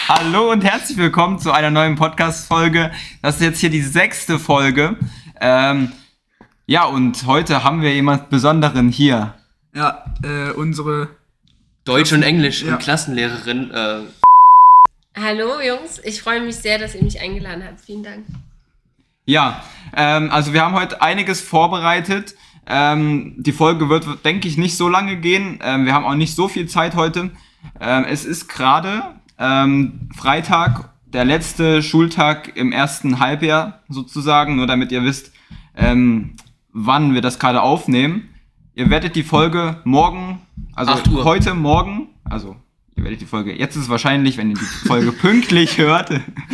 Hallo und herzlich willkommen zu einer neuen Podcast-Folge. Das ist jetzt hier die 6. Folge. Ja, und heute haben wir jemand Besonderen hier. Ja, unsere Deutsch- und Englisch- und Klassenlehrerin. Hallo Jungs, ich freue mich sehr, dass ihr mich eingeladen habt. Vielen Dank. Ja, also wir haben heute einiges vorbereitet. Die Folge wird, denke ich, nicht so lange gehen. Wir haben auch nicht so viel Zeit heute. Es ist gerade Freitag, der letzte Schultag im ersten Halbjahr sozusagen, nur damit ihr wisst, wann wir das gerade aufnehmen. Ihr werdet die Folge morgen, also 8 Uhr. Heute Morgen, also ihr werdet die Folge, jetzt ist es wahrscheinlich, wenn ihr die Folge pünktlich hört,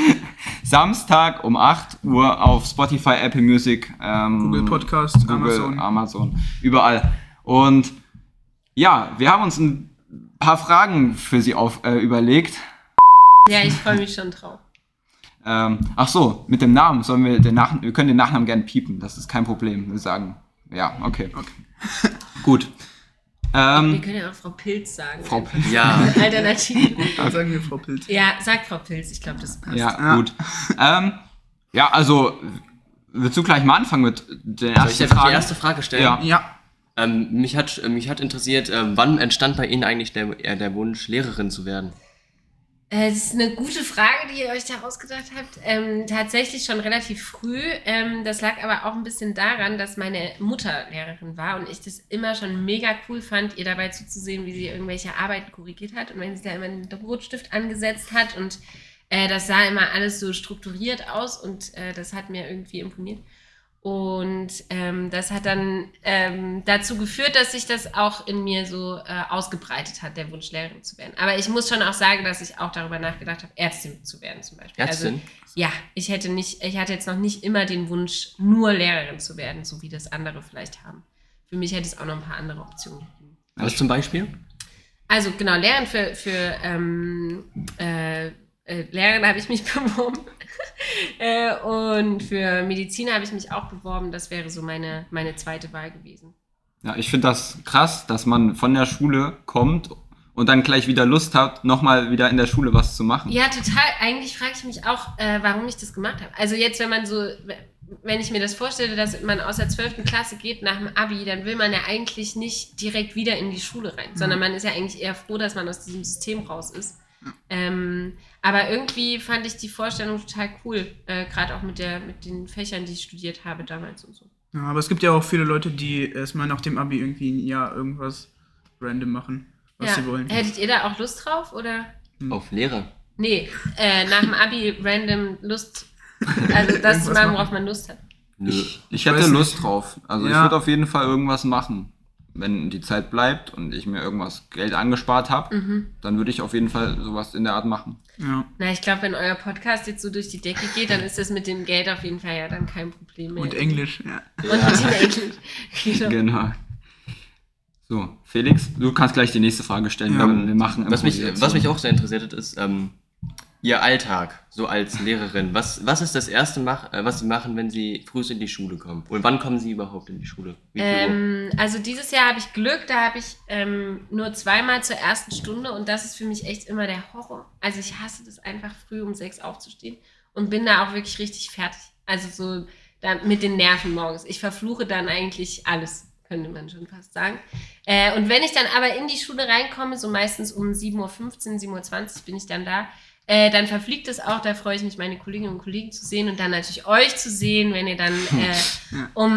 Samstag um 8 Uhr auf Spotify, Apple Music, Google Podcast, Google, Amazon, überall. Und ja, wir haben uns ein paar Fragen für Sie überlegt. Ja, ich freue mich schon drauf. Ach so, mit dem Namen sollen wir wir können den Nachnamen gerne piepen, das ist kein Problem. Wir sagen, ja, okay. Gut. Wir können ja auch Frau Pilz sagen. Frau Pilz. Ja. Alternativ. Dann sagen wir Frau Pilz. Ja, sagt Frau Pilz, ich glaube, das passt. Ja, gut. Ja, also, willst du gleich mal anfangen mit der Soll ersten ich einfach Frage? die erste Frage stellen? Ja. Mich hat interessiert, wann entstand bei Ihnen eigentlich der Wunsch, Lehrerin zu werden? Das ist eine gute Frage, die ihr euch da ausgedacht habt. Tatsächlich schon relativ früh. Das lag aber auch ein bisschen daran, dass meine Mutter Lehrerin war und ich das immer schon mega cool fand, ihr dabei zuzusehen, wie sie irgendwelche Arbeiten korrigiert hat und wenn sie da immer einen Rotstift angesetzt hat und das sah immer alles so strukturiert aus und das hat mir irgendwie imponiert. Und das hat dann dazu geführt, dass sich das auch in mir so ausgebreitet hat, der Wunsch, Lehrerin zu werden. Aber ich muss schon auch sagen, dass ich auch darüber nachgedacht habe, Ärztin zu werden zum Beispiel. Ärztin? Also, ja, ich hatte jetzt noch nicht immer den Wunsch, nur Lehrerin zu werden, so wie das andere vielleicht haben. Für mich hätte es auch noch ein paar andere Optionen gegeben. Was zum Beispiel? Also genau, Lehrerin für Lehrerin habe ich mich beworben und für Medizin habe ich mich auch beworben. Das wäre so meine zweite Wahl gewesen. Ja, ich finde das krass, dass man von der Schule kommt und dann gleich wieder Lust hat, nochmal wieder in der Schule was zu machen. Ja, total. Eigentlich frage ich mich auch, warum ich das gemacht habe. Also jetzt, wenn ich mir das vorstelle, dass man aus der 12. Klasse geht nach dem Abi, dann will man ja eigentlich nicht direkt wieder in die Schule rein, sondern man ist ja eigentlich eher froh, dass man aus diesem System raus ist. Aber irgendwie fand ich die Vorstellung total cool, gerade auch mit den Fächern, die ich studiert habe damals und so. Ja, aber es gibt ja auch viele Leute, die erstmal nach dem Abi irgendwie ein Jahr irgendwas random machen, was sie wollen. Hättet ihr da auch Lust drauf, oder? Auf Lehrer. Nee, nach dem Abi random Lust, also das zu machen, worauf man Lust hat. Nö. Ich hätte Lust drauf. Also ich Ja. würde auf jeden Fall irgendwas machen. Wenn die Zeit bleibt und ich mir irgendwas Geld angespart habe, dann würde ich auf jeden Fall sowas in der Art machen. Ja. Na, ich glaube, wenn euer Podcast jetzt so durch die Decke geht, dann ist das mit dem Geld auf jeden Fall ja dann kein Problem mehr. Und Englisch, ja. Und mit dem Englisch. Genau. So, Felix, du kannst gleich die nächste Frage stellen. Ja. Wir machen Was mich Improvisation. auch sehr interessiert hat, ist Ihr Alltag, so als Lehrerin. Was ist das Erste, was Sie machen, wenn Sie früh in die Schule kommen? Und wann kommen Sie überhaupt in die Schule? Wie viel Uhr? Also dieses Jahr habe ich Glück, da habe ich nur zweimal zur ersten Stunde und das ist für mich echt immer der Horror. Also ich hasse das einfach, früh um 6 aufzustehen und bin da auch wirklich richtig fertig. Also so dann mit den Nerven morgens. Ich verfluche dann eigentlich alles, könnte man schon fast sagen. Und wenn ich dann aber in die Schule reinkomme, so meistens um 7.15 Uhr, 7.20 Uhr bin ich dann da, dann verfliegt es auch, da freue ich mich, meine Kolleginnen und Kollegen zu sehen und dann natürlich euch zu sehen, wenn ihr dann um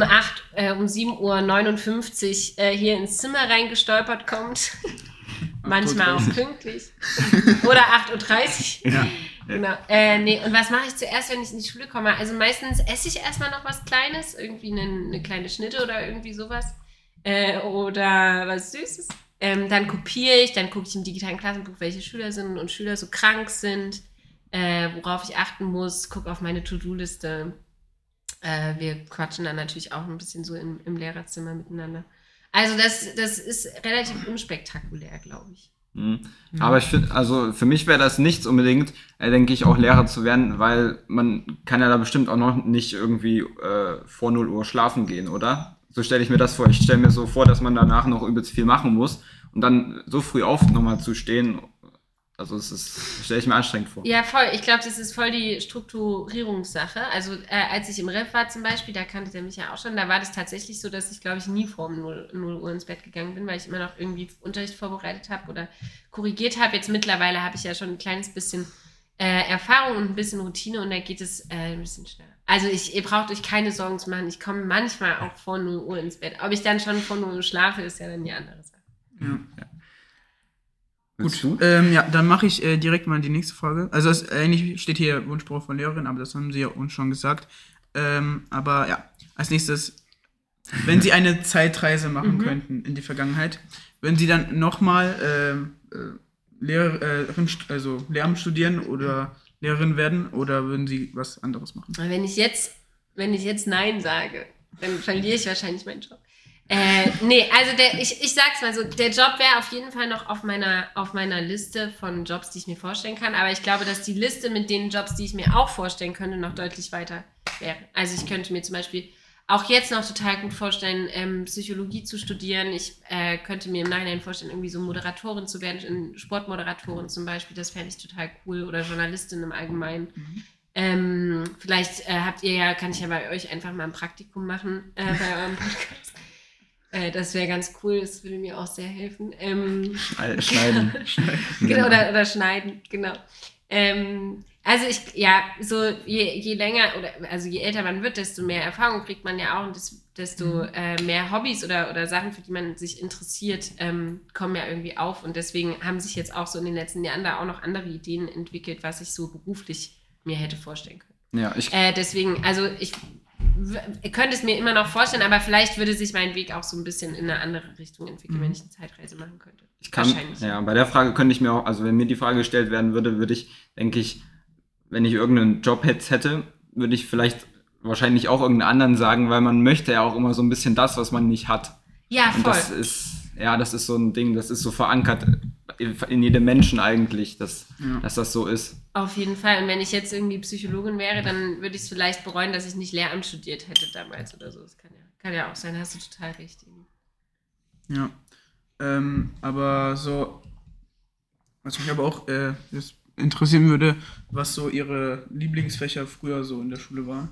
7.59 Uhr hier ins Zimmer reingestolpert kommt. Manchmal auch pünktlich. Oder 8.30 Uhr. Ja. Genau. Nee, und was mache ich zuerst, wenn ich in die Schule komme? Also meistens esse ich erstmal noch was Kleines, irgendwie eine kleine Schnitte oder irgendwie sowas. Oder was Süßes. Dann kopiere ich, dann gucke ich im digitalen Klassenbuch, welche Schülerinnen und Schüler so krank sind, worauf ich achten muss, gucke auf meine To-Do-Liste. Wir quatschen dann natürlich auch ein bisschen so im Lehrerzimmer miteinander. Also das ist relativ unspektakulär, glaube ich. Aber ich finde, also für mich wäre das nichts unbedingt, denke ich, auch Lehrer zu werden, weil man kann ja da bestimmt auch noch nicht irgendwie vor 0 Uhr schlafen gehen, oder? So stelle ich mir das vor. Ich stelle mir so vor, dass man danach noch übelst viel machen muss und dann so früh auf nochmal zu stehen, Also stelle ich mir anstrengend vor. Ja, voll. Ich glaube, das ist voll die Strukturierungssache. Also als ich im Ref war zum Beispiel, da kannte der mich ja auch schon, da war das tatsächlich so, dass ich, glaube ich, nie vor um 0 Uhr ins Bett gegangen bin, weil ich immer noch irgendwie Unterricht vorbereitet habe oder korrigiert habe. Jetzt mittlerweile habe ich ja schon ein kleines bisschen Erfahrung und ein bisschen Routine und da geht es ein bisschen schneller. Also ihr braucht euch keine Sorgen zu machen. Ich komme manchmal auch vor 0 Uhr ins Bett. Ob ich dann schon vor 0 Uhr schlafe, ist ja dann die andere Sache. Ja. Willst Gut, du? ja, dann mache ich direkt mal die nächste Frage. Also ähnlich steht hier Wunschspruch von Lehrerin, aber das haben sie ja uns schon gesagt. Aber ja, als nächstes, wenn Sie eine Zeitreise machen könnten in die Vergangenheit, würden Sie dann nochmal Lehramt studieren oder Lehrerin werden oder würden Sie was anderes machen? Wenn ich jetzt Nein sage, dann verliere ich wahrscheinlich meinen Job. Nee, also ich sag's mal so, der Job wäre auf jeden Fall noch auf meiner Liste von Jobs, die ich mir vorstellen kann, aber ich glaube, dass die Liste mit den Jobs, die ich mir auch vorstellen könnte, noch deutlich weiter wäre. Also ich könnte mir zum Beispiel auch jetzt noch total gut vorstellen, Psychologie zu studieren. Ich könnte mir im Nachhinein vorstellen, irgendwie so Moderatorin zu werden, Sportmoderatorin zum Beispiel, das fände ich total cool, oder Journalistin im Allgemeinen. Vielleicht kann ich ja bei euch einfach mal ein Praktikum machen bei eurem Podcast. Das wäre ganz cool, das würde mir auch sehr helfen. Schneiden. Genau, oder schneiden, genau. Also je länger also je älter man wird, desto mehr Erfahrung kriegt man ja auch und desto mehr Hobbys oder Sachen, für die man sich interessiert, kommen ja irgendwie auf und deswegen haben sich jetzt auch so in den letzten Jahren da auch noch andere Ideen entwickelt, was ich so beruflich mir hätte vorstellen können. Ja, deswegen, also ich könnte es mir immer noch vorstellen, aber vielleicht würde sich mein Weg auch so ein bisschen in eine andere Richtung entwickeln, wenn ich eine Zeitreise machen könnte. Wahrscheinlich. Ja, bei der Frage könnte ich mir auch, also wenn mir die Frage gestellt werden würde, würde ich, denke ich, wenn ich irgendeinen Job hätte, würde ich vielleicht wahrscheinlich auch irgendeinen anderen sagen, weil man möchte ja auch immer so ein bisschen das, was man nicht hat. Ja, voll. Und das ist so ein Ding, das ist so verankert in jedem Menschen eigentlich, dass das so ist. Auf jeden Fall. Und wenn ich jetzt irgendwie Psychologin wäre, dann würde ich es vielleicht bereuen, dass ich nicht Lehramt studiert hätte damals oder so. Das kann ja auch sein, da hast du total recht. Ja. Aber so, was mich aber auch interessieren würde, was so Ihre Lieblingsfächer früher so in der Schule waren.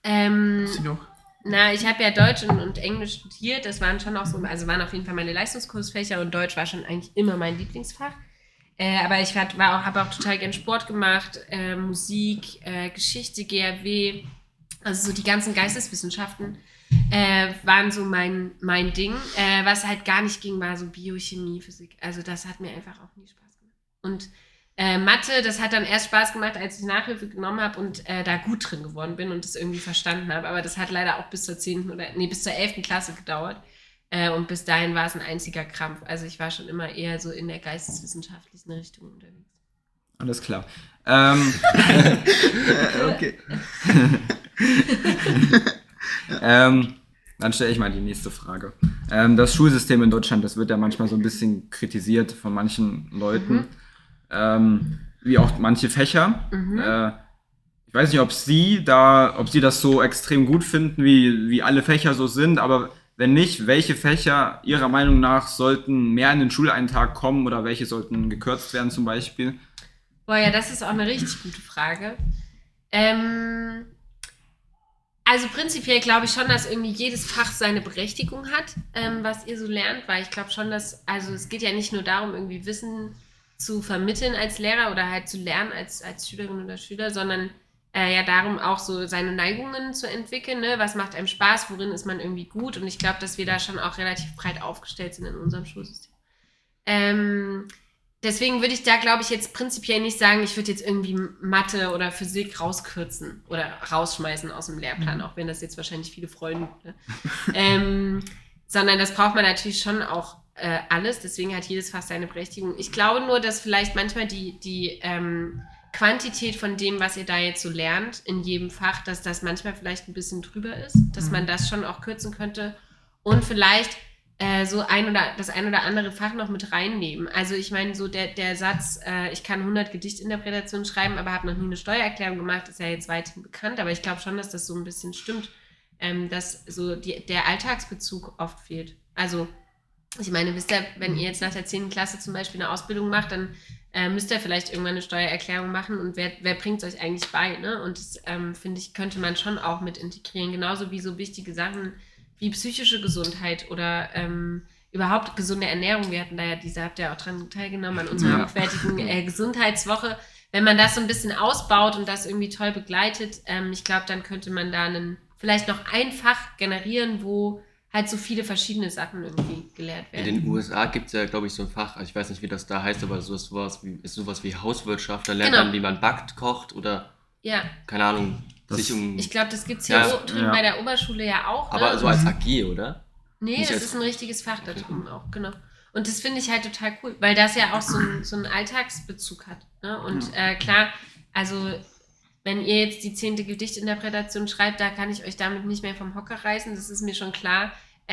Ich habe ja Deutsch und Englisch studiert. Das waren schon auch so, also waren auf jeden Fall meine Leistungskursfächer und Deutsch war schon eigentlich immer mein Lieblingsfach. Aber ich habe auch total gern Sport gemacht, Musik, Geschichte, GRW, also so die ganzen Geisteswissenschaften waren so mein Ding. Was halt gar nicht ging, war so Biochemie, Physik. Also das hat mir einfach auch nie Spaß gemacht. Und Mathe, das hat dann erst Spaß gemacht, als ich Nachhilfe genommen habe und da gut drin geworden bin und das irgendwie verstanden habe. Aber das hat leider auch bis zur 11. Klasse gedauert. Und bis dahin war es ein einziger Krampf. Also ich war schon immer eher so in der geisteswissenschaftlichen Richtung unterwegs. Alles klar. Okay. Dann stelle ich mal die nächste Frage. Das Schulsystem in Deutschland, das wird ja manchmal so ein bisschen kritisiert von manchen Leuten, wie auch manche Fächer. Ich weiß nicht, ob Sie das so extrem gut finden, wie alle Fächer so sind, aber wenn nicht, welche Fächer Ihrer Meinung nach sollten mehr in den Schuleintrag kommen oder welche sollten gekürzt werden zum Beispiel? Boah, ja, das ist auch eine richtig gute Frage. Also prinzipiell glaube ich schon, dass irgendwie jedes Fach seine Berechtigung hat, was ihr so lernt, weil ich glaube schon, dass, also es geht ja nicht nur darum, irgendwie Wissen zu vermitteln als Lehrer oder halt zu lernen als Schülerin oder Schüler, sondern darum auch so seine Neigungen zu entwickeln, ne? Was macht einem Spaß, worin ist man irgendwie gut und ich glaube, dass wir da schon auch relativ breit aufgestellt sind in unserem Schulsystem. Deswegen würde ich da, glaube ich, jetzt prinzipiell nicht sagen, ich würde jetzt irgendwie Mathe oder Physik rauskürzen oder rausschmeißen aus dem Lehrplan, auch wenn das jetzt wahrscheinlich viele freuen würde. Sondern das braucht man natürlich schon auch alles, deswegen hat jedes Fach seine Berechtigung. Ich glaube nur, dass vielleicht manchmal die Quantität von dem, was ihr da jetzt so lernt in jedem Fach, dass das manchmal vielleicht ein bisschen drüber ist, dass man das schon auch kürzen könnte und vielleicht das ein oder andere Fach noch mit reinnehmen. Also ich meine, so der Satz, ich kann 100 Gedichtinterpretationen schreiben, aber habe noch nie eine Steuererklärung gemacht, ist ja jetzt weithin bekannt, aber ich glaube schon, dass das so ein bisschen stimmt, dass so der Alltagsbezug oft fehlt. Also ich meine, wisst ihr, wenn ihr jetzt nach der 10. Klasse zum Beispiel eine Ausbildung macht, dann müsst ihr vielleicht irgendwann eine Steuererklärung machen und wer bringt es euch eigentlich bei, ne? Und das, finde ich, könnte man schon auch mit integrieren, genauso wie so wichtige Sachen wie psychische Gesundheit oder überhaupt gesunde Ernährung. Wir hatten da ja habt ihr auch dran teilgenommen an unserer hochwertigen Gesundheitswoche. Wenn man das so ein bisschen ausbaut und das irgendwie toll begleitet, ich glaube, dann könnte man da vielleicht noch ein Fach generieren, wo halt so viele verschiedene Sachen irgendwie gelehrt werden. In den USA gibt es ja, glaube ich, so ein Fach, also ich weiß nicht, wie das da heißt, aber sowas wie Hauswirtschaft, da lernt man, wie man backt, kocht oder, keine Ahnung, ich glaube, das gibt es hier drüben bei der Oberschule ja auch. Ne? Aber so als AG, oder? Nee, das ist ein richtiges Fach da drüben auch, genau. Und das finde ich halt total cool, weil das ja auch so einen Alltagsbezug hat. Ne? Und klar, also wenn ihr jetzt die 10. Gedichtinterpretation schreibt, da kann ich euch damit nicht mehr vom Hocker reißen, das ist mir schon klar.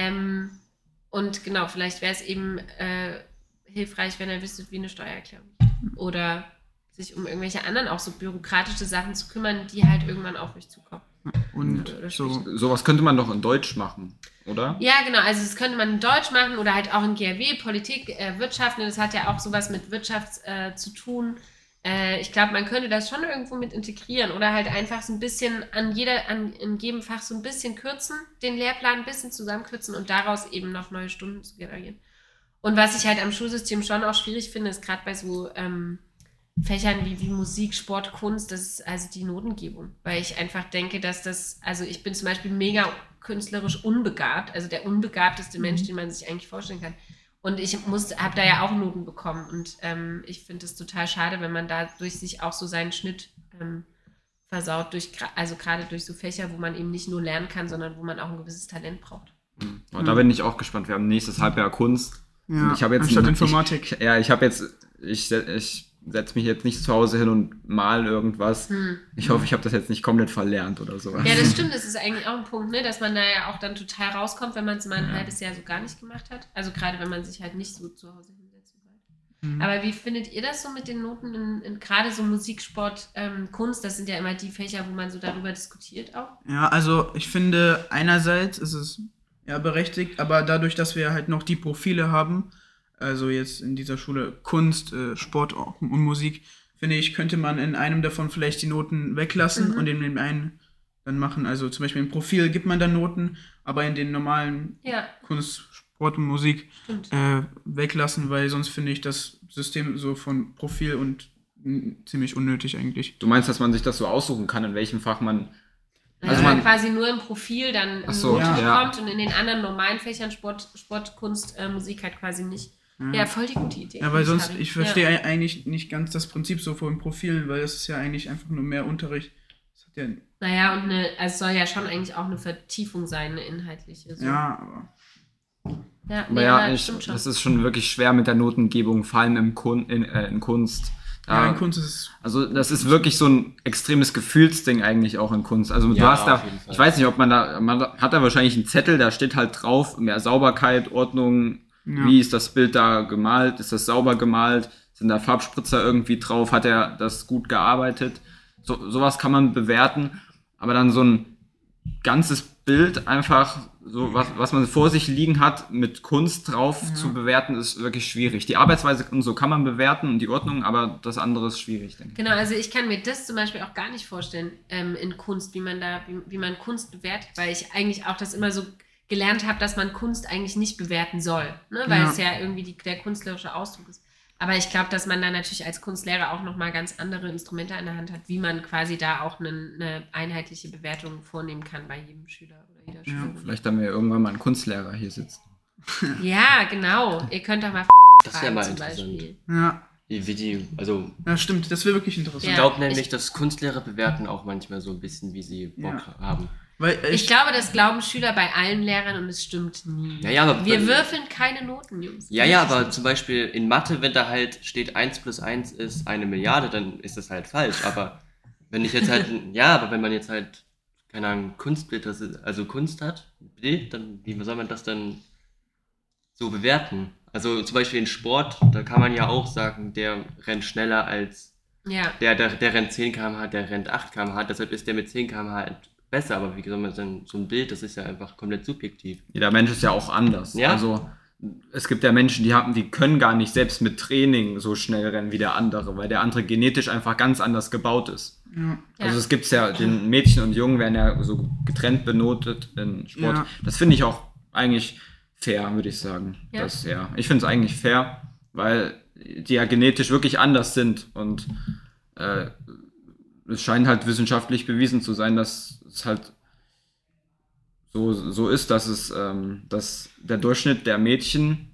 Und genau, vielleicht wäre es eben hilfreich, wenn ihr wüsstet, wie eine Steuererklärung. Oder sich um irgendwelche anderen auch so bürokratische Sachen zu kümmern, die halt irgendwann auf euch zukommen. Und sowas könnte man doch in Deutsch machen, oder? Ja, genau. Also das könnte man in Deutsch machen oder halt auch in GRW, Politik, Wirtschaft. Und das hat ja auch sowas mit Wirtschaft zu tun. Ich glaube, man könnte das schon irgendwo mit integrieren oder halt einfach so ein bisschen in jedem Fach so ein bisschen kürzen, den Lehrplan ein bisschen zusammenkürzen und daraus eben noch neue Stunden zu generieren. Und was ich halt am Schulsystem schon auch schwierig finde, ist gerade bei so Fächern wie Musik, Sport, Kunst, das ist also die Notengebung. Weil ich einfach denke, also ich bin zum Beispiel mega künstlerisch unbegabt, also der unbegabteste Mensch, den man sich eigentlich vorstellen kann. Und ich habe da ja auch Noten bekommen und ich finde es total schade, wenn man dadurch sich auch so seinen Schnitt versaut, also gerade durch so Fächer, wo man eben nicht nur lernen kann, sondern wo man auch ein gewisses Talent braucht. Und da bin ich auch gespannt. Wir haben nächstes Halbjahr Kunst. Ja, ich habe jetzt anstatt Informatik. Ich setze mich jetzt nicht zu Hause hin und mal irgendwas. Ich hoffe, ich habe das jetzt nicht komplett verlernt oder sowas. Ja, das stimmt. Das ist eigentlich auch ein Punkt, ne? Dass man da ja auch dann total rauskommt, wenn man es mal ein halbes Jahr so gar nicht gemacht hat. Also gerade, wenn man sich halt nicht so zu Hause hinsetzt. Aber wie findet ihr das so mit den Noten in gerade so Musik, Sport, Kunst? Das sind ja immer die Fächer, wo man so darüber diskutiert auch. Ja, also ich finde, einerseits ist es berechtigt, aber dadurch, dass wir halt noch die Profile haben, also jetzt in dieser Schule Kunst, Sport und Musik, finde ich, könnte man in einem davon vielleicht die Noten weglassen und in dem einen dann machen. Also zum Beispiel im Profil gibt man dann Noten, aber in den normalen Kunst, Sport und Musik weglassen, weil sonst finde ich das System so von Profil und ziemlich unnötig eigentlich. Du meinst, dass man sich das so aussuchen kann, in welchem Fach man... Also man quasi nur im Profil dann Noten bekommt und in den anderen normalen Fächern Sport, Kunst, Musik halt quasi nicht. Ja, voll die gute Idee. Ja, weil sonst, ich verstehe eigentlich nicht ganz das Prinzip so von Profilen, weil das ist ja eigentlich einfach nur mehr Unterricht. Das hat ja naja, und es soll ja schon eigentlich auch eine Vertiefung sein, eine inhaltliche. So. Ja, aber das ist schon wirklich schwer mit der Notengebung, vor allem in Kunst. In Kunst ist es... Also das ist wirklich so ein extremes Gefühlsding eigentlich auch in Kunst. Also du hast da, ich weiß nicht, ob man hat da wahrscheinlich einen Zettel, da steht halt drauf, mehr Sauberkeit, Ordnung. Wie ist das Bild da gemalt? Ist das sauber gemalt? Sind da Farbspritzer irgendwie drauf? Hat er das gut gearbeitet? Sowas kann man bewerten. Aber dann so ein ganzes Bild einfach, so was man vor sich liegen hat, mit Kunst drauf zu bewerten, ist wirklich schwierig. Die Arbeitsweise und so kann man bewerten und die Ordnung, aber das andere ist schwierig, denke ich. Genau, also ich kann mir das zum Beispiel auch gar nicht vorstellen in Kunst, wie man Kunst bewertet, weil ich eigentlich auch das immer so gelernt habe, dass man Kunst eigentlich nicht bewerten soll, ne? Weil es ja irgendwie der künstlerische Ausdruck ist. Aber ich glaube, dass man dann natürlich als Kunstlehrer auch nochmal ganz andere Instrumente in der Hand hat, wie man quasi da auch eine einheitliche Bewertung vornehmen kann bei jedem Schüler oder jeder Schülerin. Vielleicht haben wir irgendwann mal einen Kunstlehrer hier sitzen. Ja, genau. Ihr könnt doch mal das wäre mal zum interessant. Beispiel. Ja. Ja, stimmt, das wäre wirklich interessant. Ich glaube nämlich, dass Kunstlehrer bewerten auch manchmal so ein bisschen, wie sie Bock haben. Weil ich glaube, das glauben Schüler bei allen Lehrern und es stimmt nie. Aber wir würfeln keine Noten, Jungs. Ja, aber zum Beispiel in Mathe, wenn da halt steht 1 + 1 ist 1 Milliarde, dann ist das halt falsch. Aber wenn ich jetzt halt, aber wenn man jetzt halt, keine Ahnung, Kunstbild, also Kunst hat, Bild, dann wie soll man das dann so bewerten? Also zum Beispiel in Sport, da kann man ja auch sagen, der rennt schneller als der rennt 10 km/h, der rennt 8 km/h, deshalb ist der mit 10 km/h halt besser, aber wie soll man dann so ein Bild, das ist ja einfach komplett subjektiv. Jeder Mensch ist ja auch anders. Ja? Also es gibt ja Menschen, die können gar nicht selbst mit Training so schnell rennen wie der andere, weil der andere genetisch einfach ganz anders gebaut ist. Ja. Also es gibt's ja, den Mädchen und Jungen werden ja so getrennt benotet in Sport. Ja. Das finde ich auch eigentlich fair, würde ich sagen. Ja. Ich finde es eigentlich fair, weil die ja genetisch wirklich anders sind und es scheint halt wissenschaftlich bewiesen zu sein, dass es halt so ist, dass dass der Durchschnitt der Mädchen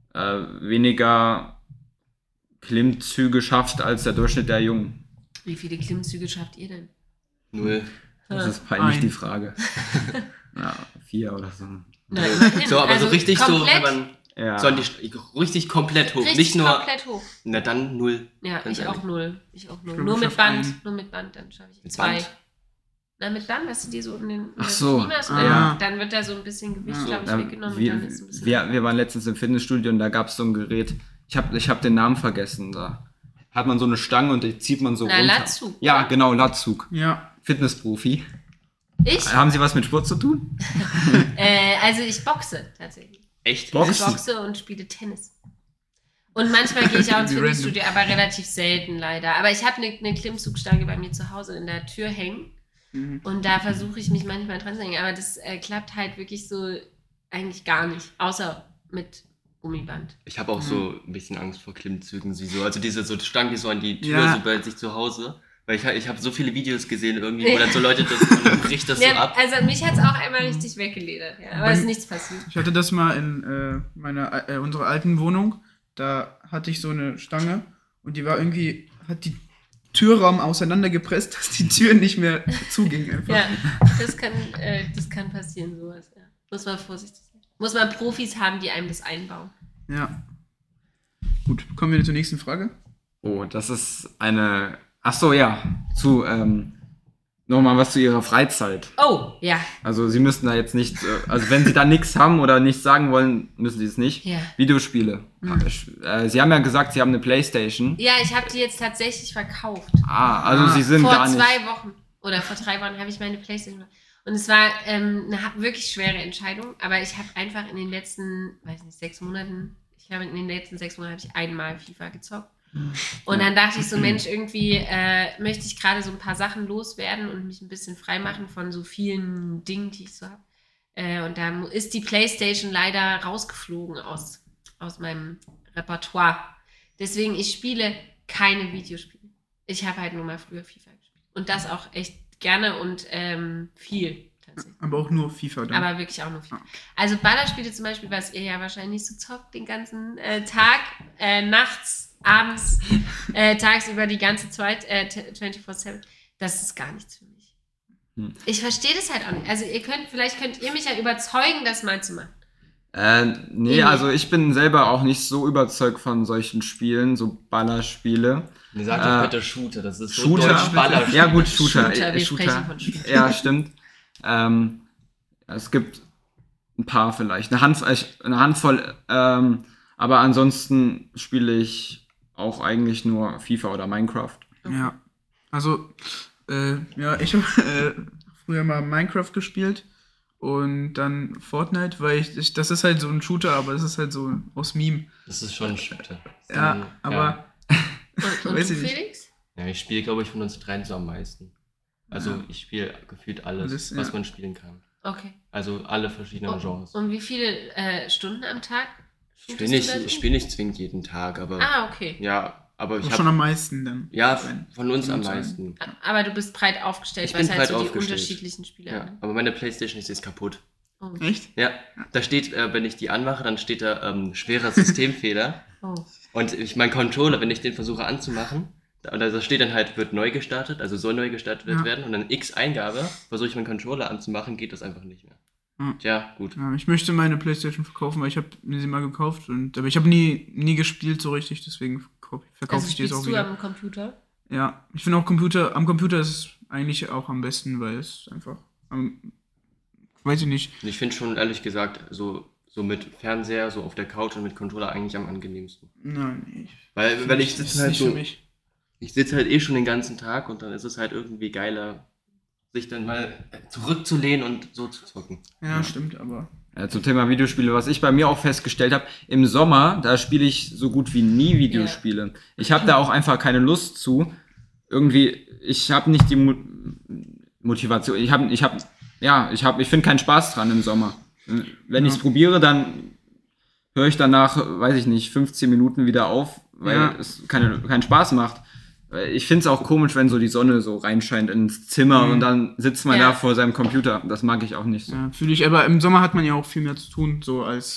weniger Klimmzüge schafft als der Durchschnitt der Jungen. Wie viele Klimmzüge schafft ihr denn? 0. Das ist peinlich Ein. die Frage. Ja, 4 oder so. Na, immerhin. So, aber Also so richtig so, komplett, wenn man Ja. so an die richtig komplett hoch. richtig Nicht nur, komplett hoch. na dann 0. Ja, Ganz ich ehrlich. auch 0. Ich auch 0. glaube, Nur ich mit schaff Band. einen. Nur mit Band, dann schaffe ich Mit 2. Band? Na, mit Band, was du dir so in den Ach so, Knie machst, ja. dann wird da so ein bisschen Gewicht, Ja. glaube ich, Ja, weggenommen und dann ist es ein bisschen. wir waren letztens im Fitnessstudio und da gab es so ein Gerät. Ich hab den Namen vergessen. Da hat man so eine Stange und die zieht man so Na, runter. Latzug, Ja, oder? genau, Latzug. Ja. Fitnessprofi. Ich? Haben Sie was mit Sport zu tun? Also ich boxe tatsächlich. Echt? Boxen? Ich boxe und spiele Tennis. Und manchmal gehe ich auch ins Wie Fitnessstudio, aber relativ selten leider. Aber ich habe eine Klimmzugstange bei mir zu Hause in der Tür hängen. Mhm. Und da versuche ich mich manchmal dran zu hängen. Aber das klappt halt wirklich so eigentlich gar nicht. Außer mit Gummiband. Ich habe auch so ein bisschen Angst vor Klimmzügen. Also diese so Stangen, die so an die Tür, Ja. so bei sich zu Hause. Weil ich habe so viele Videos gesehen irgendwie, wo dann so Leute das und dann bricht das so Ja, ab. also mich hat es auch einmal richtig weggeledert. Ja. Aber es ist nichts passiert. Ich hatte das mal in unserer alten Wohnung. Da hatte ich so eine Stange und die war irgendwie, hat die Türraum auseinandergepresst, dass die Tür nicht mehr zuging einfach. Ja, das kann passieren, sowas. Ja. Muss man vorsichtig sein. Muss man Profis haben, die einem das einbauen. Ja. Gut, kommen wir zur nächsten Frage. Oh, das ist eine. Ach so, ja. Nochmal was zu Ihrer Freizeit. Oh, ja. Also Sie müssten da jetzt nicht, also wenn Sie da nichts haben oder nichts sagen wollen, müssen Sie es nicht. Ja. Videospiele. Sie haben ja gesagt, Sie haben eine Playstation. Ja, ich habe die jetzt tatsächlich verkauft. Also Sie sind Vor gar nicht. 2 Wochen oder vor 3 Wochen habe ich meine Playstation. Und es war eine wirklich schwere Entscheidung, aber ich habe einfach in den letzten, 6 Monaten, habe ich einmal FIFA gezockt. Und dann dachte ich so, Mensch, irgendwie möchte ich gerade so ein paar Sachen loswerden und mich ein bisschen freimachen von so vielen Dingen, die ich so habe. Und dann ist die Playstation leider rausgeflogen aus meinem Repertoire. Deswegen, ich spiele keine Videospiele. Ich habe halt nur mal früher FIFA gespielt. Und das auch echt gerne und viel tatsächlich. Aber auch nur FIFA dann. Aber wirklich auch nur FIFA. Also Ballerspiele zum Beispiel, was ihr ja wahrscheinlich so zockt den ganzen Tag, nachts, abends, tagsüber die ganze Zeit, 24/7, das ist gar nichts für mich. Ich verstehe das halt auch nicht. Also vielleicht könnt ihr mich ja überzeugen, das mal zu machen. Nee, also ich bin selber auch nicht so überzeugt von solchen Spielen, so Ballerspiele. Ihr sagt doch bitte Shooter, das ist so Shooter? deutsch Ballerspiel. Ja gut, Shooter. Wir sprechen von Shooter. Ja, stimmt. Es gibt ein paar vielleicht, eine Handvoll, aber ansonsten spiele ich auch eigentlich nur FIFA oder Minecraft. Ja. Also, ich habe früher mal Minecraft gespielt und dann Fortnite, weil das ist halt so ein Shooter, aber das ist halt so aus Meme. Das ist schon ein Shooter. Ja, aber Und Weiß du, ich nicht. Felix? Ja, ich spiele, glaube ich, von uns dreien so am meisten. Also ich spiele gefühlt alles, was man spielen kann. Okay. Also alle verschiedenen Genres. Und wie viele Stunden am Tag? Ich spiele nicht zwingend jeden Tag, aber Okay. ja, aber ich auch schon habe am meisten dann. ja von uns am Von uns meisten. Aber du bist breit aufgestellt, Ich was bin halt breit so die aufgestellt. unterschiedlichen Spiele Ja, haben. aber meine Playstation ist jetzt kaputt. Oh. Echt? Ja, da steht, wenn ich die anmache, dann steht da schwerer Systemfehler. Oh. Und mein Controller, wenn ich den versuche anzumachen, da steht dann halt, wird neu gestartet, also soll neu gestartet werden. Und dann X-Eingabe, versuche ich meinen Controller anzumachen, geht das einfach nicht mehr. Ja. Tja, gut. Ja, ich möchte meine Playstation verkaufen, weil ich habe mir sie mal gekauft, aber ich habe nie gespielt so richtig, deswegen verkaufe Also ich die jetzt auch spielst du wieder. am Computer? Ja, ich finde auch am Computer ist es eigentlich auch am besten, weil es einfach, weiß ich nicht. Und ich finde schon, ehrlich gesagt, so mit Fernseher, so auf der Couch und mit Controller eigentlich am angenehmsten. Nein, Weil ich das ist sitze halt nicht so, für mich. ich sitze halt eh schon den ganzen Tag und dann ist es halt irgendwie geiler, sich dann mal zurückzulehnen und so zu zocken. Ja, stimmt, aber. Zum Thema Videospiele, was ich bei mir auch festgestellt habe, im Sommer, da spiele ich so gut wie nie Videospiele. Ja. Ich habe da auch einfach keine Lust zu. Irgendwie, ich habe nicht die Motivation. Ich finde keinen Spaß dran im Sommer. Wenn ich es probiere, dann höre ich danach, weiß ich nicht, 15 Minuten wieder auf, weil es keinen Spaß macht. Ich finde es auch komisch, wenn so die Sonne so reinscheint ins Zimmer und dann sitzt man da vor seinem Computer. Das mag ich auch nicht so. Ja, fühle ich, aber im Sommer hat man ja auch viel mehr zu tun, so als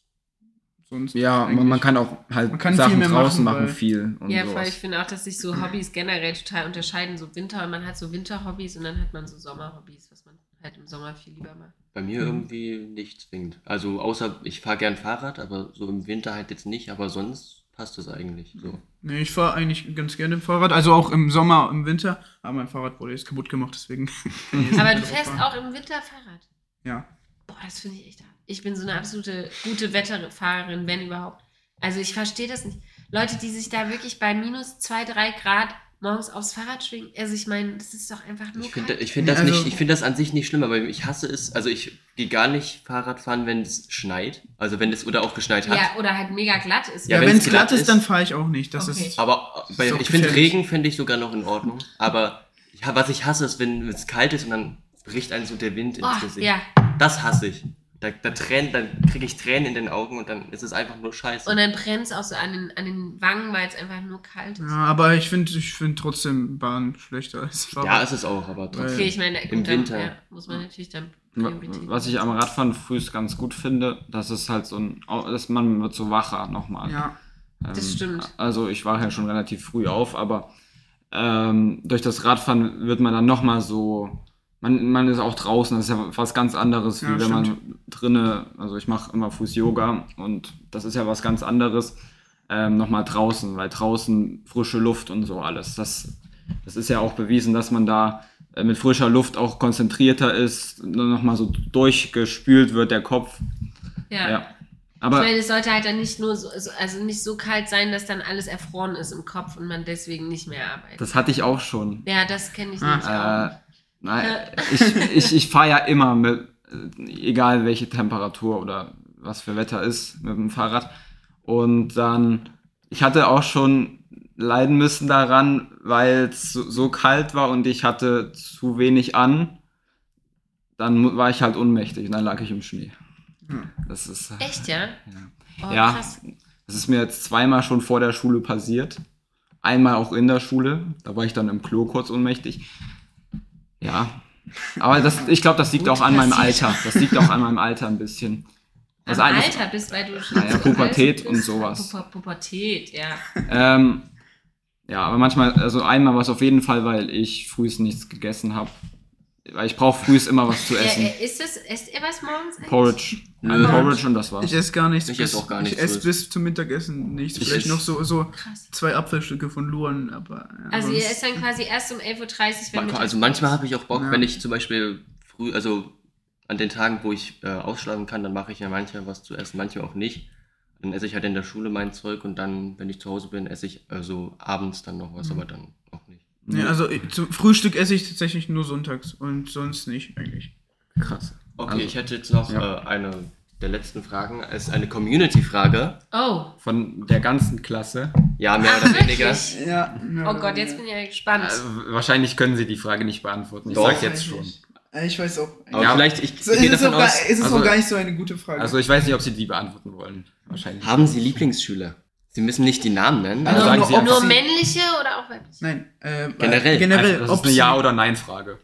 sonst. Ja, man kann auch halt Sachen draußen machen viel. Und ja, sowas. voll. Ich finde auch, dass sich so Hobbys generell total unterscheiden. So Winter, und man hat so Winterhobbys und dann hat man so Sommerhobbys, was man halt im Sommer viel lieber macht. Bei mir irgendwie nicht zwingend. Also außer, ich fahre gern Fahrrad, aber so im Winter halt jetzt nicht, aber sonst passt das eigentlich so. Nee, ich fahre eigentlich ganz gerne Fahrrad, also auch im Sommer, im Winter, aber mein Fahrrad wurde jetzt kaputt gemacht, deswegen. Aber du fährst auch im Winter Fahrrad? Ja. Boah, das finde ich echt hart. Ich bin so eine absolute gute Wetterfahrerin, wenn überhaupt. Also ich verstehe das nicht. Leute, die sich da wirklich bei minus 2, 3 Grad morgens aufs Fahrrad schwingen, also ich meine, das ist doch einfach nur Ich finde das an sich nicht schlimm, aber ich hasse es, also ich gehe gar nicht Fahrrad fahren, wenn es schneit, also wenn es oder auch geschneit hat. Ja, oder halt mega glatt ist. Ja, wenn es glatt ist, dann fahre ich auch nicht. Das Okay. ist. Aber ich finde Regen finde ich sogar noch in Ordnung, aber was ich hasse ist, wenn es kalt ist und dann bricht einem so der Wind ins Gesicht. Ja. Das hasse ich. Dann kriege ich Tränen in den Augen und dann ist es einfach nur scheiße. Und dann brennt es auch so an den Wangen, weil es einfach nur kalt ist. Ja, aber ich finde trotzdem Bahn schlechter als Fahrrad. Ja, ist es auch, aber trotzdem. Okay, ich meine, im Winter ja, muss man natürlich dann Was ich am Radfahren früh ganz gut finde, das ist halt dass man wird so wacher nochmal. Ja, das stimmt. Also ich war ja schon relativ früh auf, aber durch das Radfahren wird man dann nochmal so, man ist auch draußen, das ist ja was ganz anderes, wie wenn man drinnen, also ich mache immer Fuß-Yoga und das ist ja was ganz anderes, nochmal draußen, weil draußen frische Luft und so alles, das ist ja auch bewiesen, dass man da mit frischer Luft auch konzentrierter ist, nochmal so durchgespült wird der Kopf. Ja. Aber ich meine, es sollte halt dann nicht nur also nicht so kalt sein, dass dann alles erfroren ist im Kopf und man deswegen nicht mehr arbeitet. das hatte ich auch schon. Ja, das kenne ich nämlich auch. Nein, ich fahre ja immer mit, egal welche Temperatur oder was für Wetter ist, mit dem Fahrrad. Und dann, ich hatte auch schon leiden müssen daran, weil es so kalt war und ich hatte zu wenig an. Dann war ich halt ohnmächtig und dann lag ich im Schnee. Das ist, Echt, ja? Oh, ja, krass. das ist mir jetzt zweimal schon vor der Schule passiert. Einmal auch in der Schule. Da war ich dann im Klo kurz ohnmächtig. Ja, aber ich glaube, das liegt auch an meinem Alter. Das liegt auch an meinem Alter ein bisschen. Am Alter bist, weil du schon naja, Pubertät und sowas. Pubertät, ja. Ja, aber manchmal, also einmal war es auf jeden Fall, weil ich frühs nichts gegessen habe. Weil ich brauche frühs immer was zu essen. Esst ihr was morgens eigentlich? Porridge. Porridge und das war's. Ich esse gar nichts. Ich esse auch gar nichts. Ich esse bis zum Mittagessen nichts. Vielleicht noch so 2 Apfelstücke von Luren, aber. Ja, also ihr esst dann quasi erst um 11:30 Uhr, wenn Also manchmal habe ich auch Bock, wenn ich zum Beispiel früh, also an den Tagen, wo ich ausschlafen kann, dann mache ich ja manchmal was zu essen, manchmal auch nicht. Dann esse ich halt in der Schule mein Zeug und dann, wenn ich zu Hause bin, esse ich also abends dann noch was, aber dann auch nicht. Ja, also zum Frühstück esse ich tatsächlich nur sonntags und sonst nicht eigentlich. Krass. Okay, Also, ich hätte jetzt noch eine der letzten Fragen. Es ist eine Community-Frage. Oh. Von der ganzen Klasse. Ja, mehr oder weniger. Wirklich? Ja. Oh Gott, jetzt bin ich ja gespannt. Wahrscheinlich können Sie die Frage nicht beantworten. Ich Doch. sag's jetzt schon. Ich weiß auch. Aber Ja, vielleicht, ich Es gehe ist davon aus, auch gar nicht so eine gute Frage. Also ich weiß nicht, ob Sie die beantworten wollen. Wahrscheinlich. haben Sie Lieblingsschüler? Sie müssen nicht die Namen nennen. Also sagen Sie ob einfach- Nur männliche oder auch weibliche? Nein. Generell. Generell. Das ist eine Ja- oder Nein-Frage.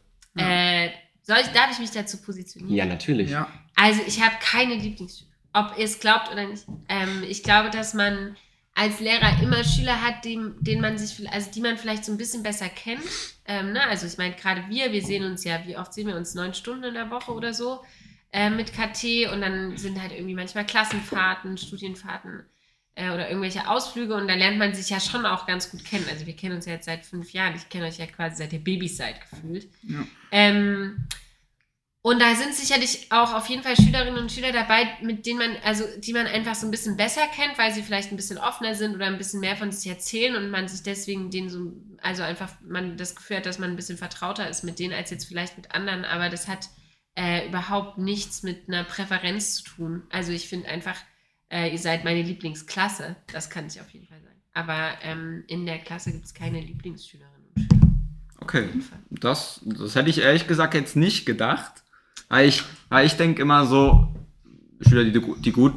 Darf ich mich dazu positionieren? Ja, natürlich. Ja. Also ich habe keine Lieblingsschüler. Ob ihr es glaubt oder nicht. Ich glaube, dass man als Lehrer immer Schüler hat, die man vielleicht so ein bisschen besser kennt. Also ich meine, gerade wir sehen uns ja, wie oft sehen wir uns? 9 Stunden in der Woche oder so mit KT und dann sind halt irgendwie manchmal Klassenfahrten, Studienfahrten oder irgendwelche Ausflüge und da lernt man sich ja schon auch ganz gut kennen. Also wir kennen uns ja jetzt seit 5 Jahren. Ich kenne euch ja quasi seit der Babyzeit gefühlt. Ja. Und da sind sicherlich auch auf jeden Fall Schülerinnen und Schüler dabei, mit denen die man einfach so ein bisschen besser kennt, weil sie vielleicht ein bisschen offener sind oder ein bisschen mehr von sich erzählen und man sich deswegen man das Gefühl hat, dass man ein bisschen vertrauter ist mit denen als jetzt vielleicht mit anderen. Aber das hat überhaupt nichts mit einer Präferenz zu tun. Also ich finde einfach, ihr seid meine Lieblingsklasse. Das kann ich auf jeden Fall sagen. Aber in der Klasse gibt es keine Lieblingsschülerinnen und Schüler. Okay, das hätte ich ehrlich gesagt jetzt nicht gedacht. Weil ich denke immer so, Schüler, die gute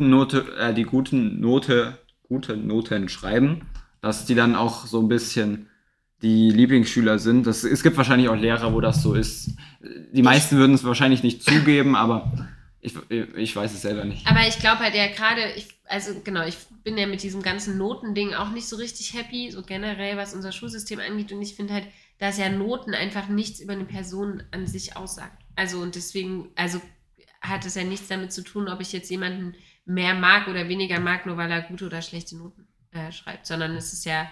Noten schreiben, dass die dann auch so ein bisschen die Lieblingsschüler sind. Es gibt wahrscheinlich auch Lehrer, wo das so ist. Die meisten würden es wahrscheinlich nicht zugeben, aber ich weiß es selber nicht. Aber ich glaube halt ja gerade, ich bin ja mit diesem ganzen Notending auch nicht so richtig happy, so generell, was unser Schulsystem angeht. Und ich finde halt, dass ja Noten einfach nichts über eine Person an sich aussagt. Also und deswegen, hat es ja nichts damit zu tun, ob ich jetzt jemanden mehr mag oder weniger mag, nur weil er gute oder schlechte Noten schreibt, sondern es ist ja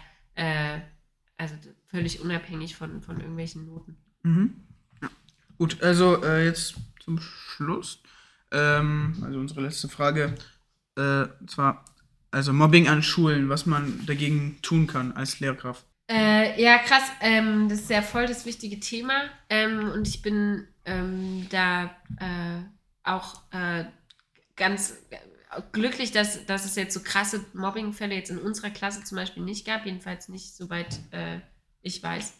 völlig unabhängig von irgendwelchen Noten. Mhm. Ja. Gut, also jetzt zum Schluss, also unsere letzte Frage, zwar also Mobbing an Schulen, was man dagegen tun kann als Lehrkraft. Ja, krass. Das ist ja voll das wichtige Thema. Und ich bin da auch ganz glücklich, dass es jetzt so krasse Mobbingfälle jetzt in unserer Klasse zum Beispiel nicht gab. Jedenfalls nicht, soweit ich weiß.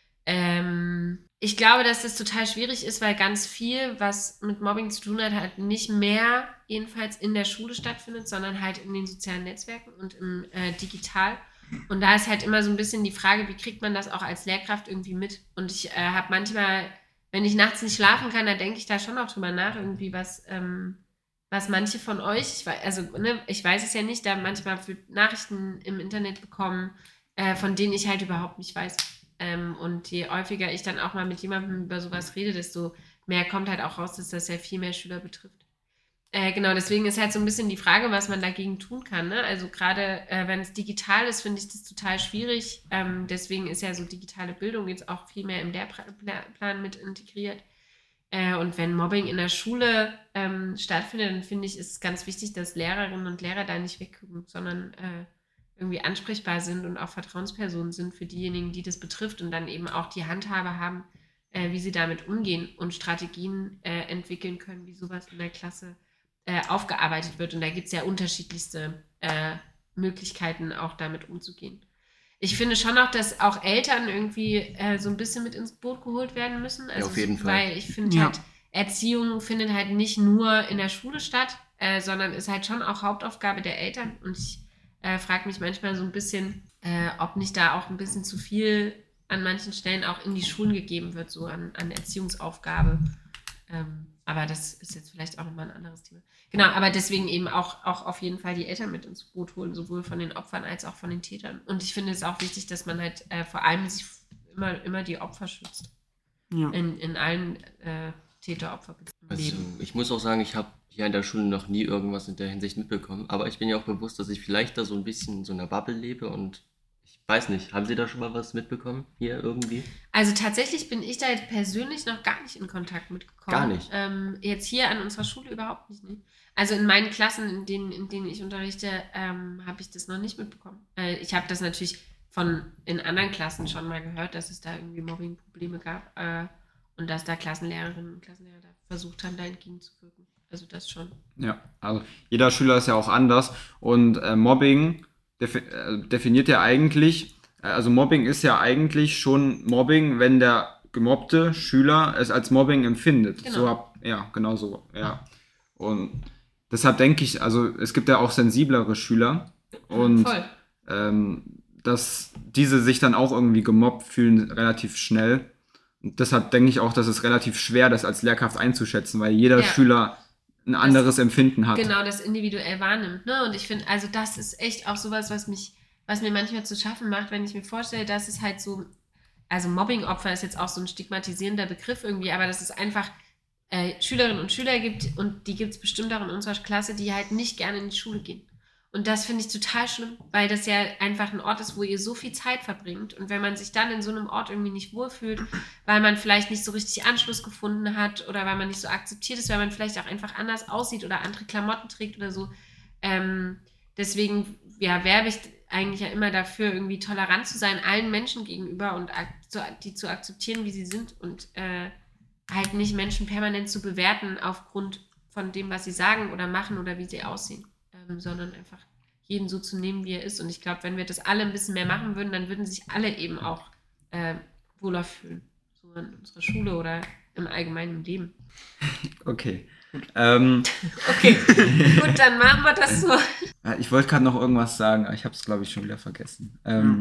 Ich glaube, dass das total schwierig ist, weil ganz viel, was mit Mobbing zu tun hat, halt nicht mehr jedenfalls in der Schule stattfindet, sondern halt in den sozialen Netzwerken und im digital. Und da ist halt immer so ein bisschen die Frage, wie kriegt man das auch als Lehrkraft irgendwie mit? Und ich habe manchmal, wenn ich nachts nicht schlafen kann, da denke ich da schon auch drüber nach, irgendwie was manche von euch, ich weiß es ja nicht, da manchmal für Nachrichten im Internet bekommen, von denen ich halt überhaupt nicht weiß. Und je häufiger ich dann auch mal mit jemandem über sowas rede, desto mehr kommt halt auch raus, dass das ja viel mehr Schüler betrifft. Genau, deswegen ist halt so ein bisschen die Frage, was man dagegen tun kann. Ne? Also gerade wenn es digital ist, finde ich das total schwierig. Deswegen ist ja so digitale Bildung jetzt auch viel mehr im Lehrplan mit integriert. Und wenn Mobbing in der Schule stattfindet, dann finde ich, ist es ganz wichtig, dass Lehrerinnen und Lehrer da nicht weggucken, sondern irgendwie ansprechbar sind und auch Vertrauenspersonen sind für diejenigen, die das betrifft und dann eben auch die Handhabe haben, wie sie damit umgehen und Strategien entwickeln können, wie sowas in der Klasse aufgearbeitet wird. Und da gibt es ja unterschiedlichste Möglichkeiten, auch damit umzugehen. Ich finde schon auch, dass auch Eltern irgendwie so ein bisschen mit ins Boot geholt werden müssen. Also, ja, auf jeden Fall. Weil ich finde halt, Erziehung findet halt nicht nur in der Schule statt, sondern ist halt schon auch Hauptaufgabe der Eltern. Und ich frage mich manchmal so ein bisschen, ob nicht da auch ein bisschen zu viel an manchen Stellen auch in die Schulen gegeben wird, so an Erziehungsaufgabe. Aber das ist jetzt vielleicht auch nochmal ein anderes Thema. Genau, aber deswegen eben auch auf jeden Fall die Eltern mit ins Boot holen, sowohl von den Opfern als auch von den Tätern. Und ich finde es auch wichtig, dass man halt vor allem sich immer die Opfer schützt. Ja. In allen Täter-Opfer-Beziehungen. Also ich muss auch sagen, ich habe hier an der Schule noch nie irgendwas in der Hinsicht mitbekommen. Aber ich bin ja auch bewusst, dass ich vielleicht da so ein bisschen in so einer Bubble lebe und ich weiß nicht, haben Sie da schon mal was mitbekommen hier irgendwie? Also tatsächlich bin ich da jetzt persönlich noch gar nicht in Kontakt mitgekommen. Gar nicht? Jetzt hier an unserer Schule überhaupt nicht. Ne? Also in meinen Klassen, in denen ich unterrichte, habe ich das noch nicht mitbekommen. Ich habe das natürlich in anderen Klassen schon mal gehört, dass es da irgendwie Mobbing-Probleme gab und dass da Klassenlehrerinnen und Klassenlehrer da versucht haben, da entgegenzuwirken. Also das schon. Ja, also jeder Schüler ist ja auch anders und Mobbing definiert ja eigentlich, also Mobbing ist ja eigentlich schon Mobbing, wenn der gemobbte Schüler es als Mobbing empfindet. Genau. Genau so, ja. Und deshalb denke ich, also es gibt ja auch sensiblere Schüler und dass diese sich dann auch irgendwie gemobbt fühlen relativ schnell. Und deshalb denke ich auch, dass es relativ schwer ist, das als Lehrkraft einzuschätzen, weil jeder Schüler ein anderes Empfinden hat. Genau, das individuell wahrnimmt. Ne? Und ich finde, also das ist echt auch sowas, was mir manchmal zu schaffen macht, wenn ich mir vorstelle, dass es halt so, also Mobbing-Opfer ist jetzt auch so ein stigmatisierender Begriff irgendwie, aber dass es einfach Schülerinnen und Schüler gibt und die gibt es bestimmt auch in unserer Klasse, die halt nicht gerne in die Schule gehen. Und das finde ich total schlimm, weil das ja einfach ein Ort ist, wo ihr so viel Zeit verbringt. Und wenn man sich dann in so einem Ort irgendwie nicht wohlfühlt, weil man vielleicht nicht so richtig Anschluss gefunden hat oder weil man nicht so akzeptiert ist, weil man vielleicht auch einfach anders aussieht oder andere Klamotten trägt oder so. Deswegen werbe ich eigentlich ja immer dafür, irgendwie tolerant zu sein, allen Menschen gegenüber und die zu akzeptieren, wie sie sind und halt nicht Menschen permanent zu bewerten aufgrund von dem, was sie sagen oder machen oder wie sie aussehen. Sondern einfach jeden so zu nehmen, wie er ist. Und ich glaube, wenn wir das alle ein bisschen mehr machen würden, dann würden sich alle eben auch wohler fühlen. So in unserer Schule oder im allgemeinen Leben. Okay. Okay, gut, dann machen wir das so. Ich wollte gerade noch irgendwas sagen, aber ich habe es, glaube ich, schon wieder vergessen.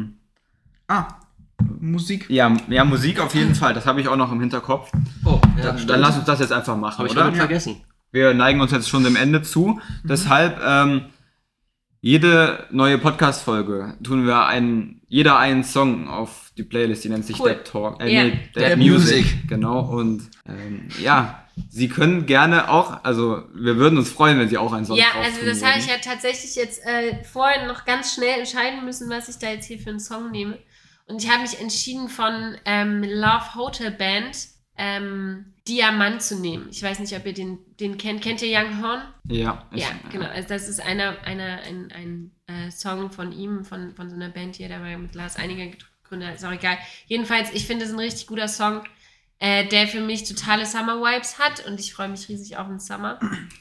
Musik. Ja, Musik auf jeden Fall. Das habe ich auch noch im Hinterkopf. Oh, ja, Dann lass uns das jetzt einfach machen, Habe ich oder? damit vergessen. Wir neigen uns jetzt schon dem Ende zu. Deshalb, jede neue Podcast-Folge tun wir jeder einen Song auf die Playlist, die nennt sich Cool. Dead Talk. Ja. Dead Music. Genau. Und Sie können gerne auch, also wir würden uns freuen, wenn Sie auch einen Song Ja, drauf also tun das habe ich würden. ja tatsächlich jetzt vorhin noch ganz schnell entscheiden müssen, was ich da jetzt hier für einen Song nehme. Und ich habe mich entschieden von Love Hotel Band Diamant zu nehmen. Ich weiß nicht, ob ihr den kennt. Kennt ihr Young Horn? Ja. Genau. Also das ist ein Song von ihm, von so einer Band hier, der mal mit Lars Einiger gegründet hat. Ist auch egal. Jedenfalls, ich finde es ein richtig guter Song, der für mich totale Summer-Vibes hat und ich freue mich riesig auf den Summer.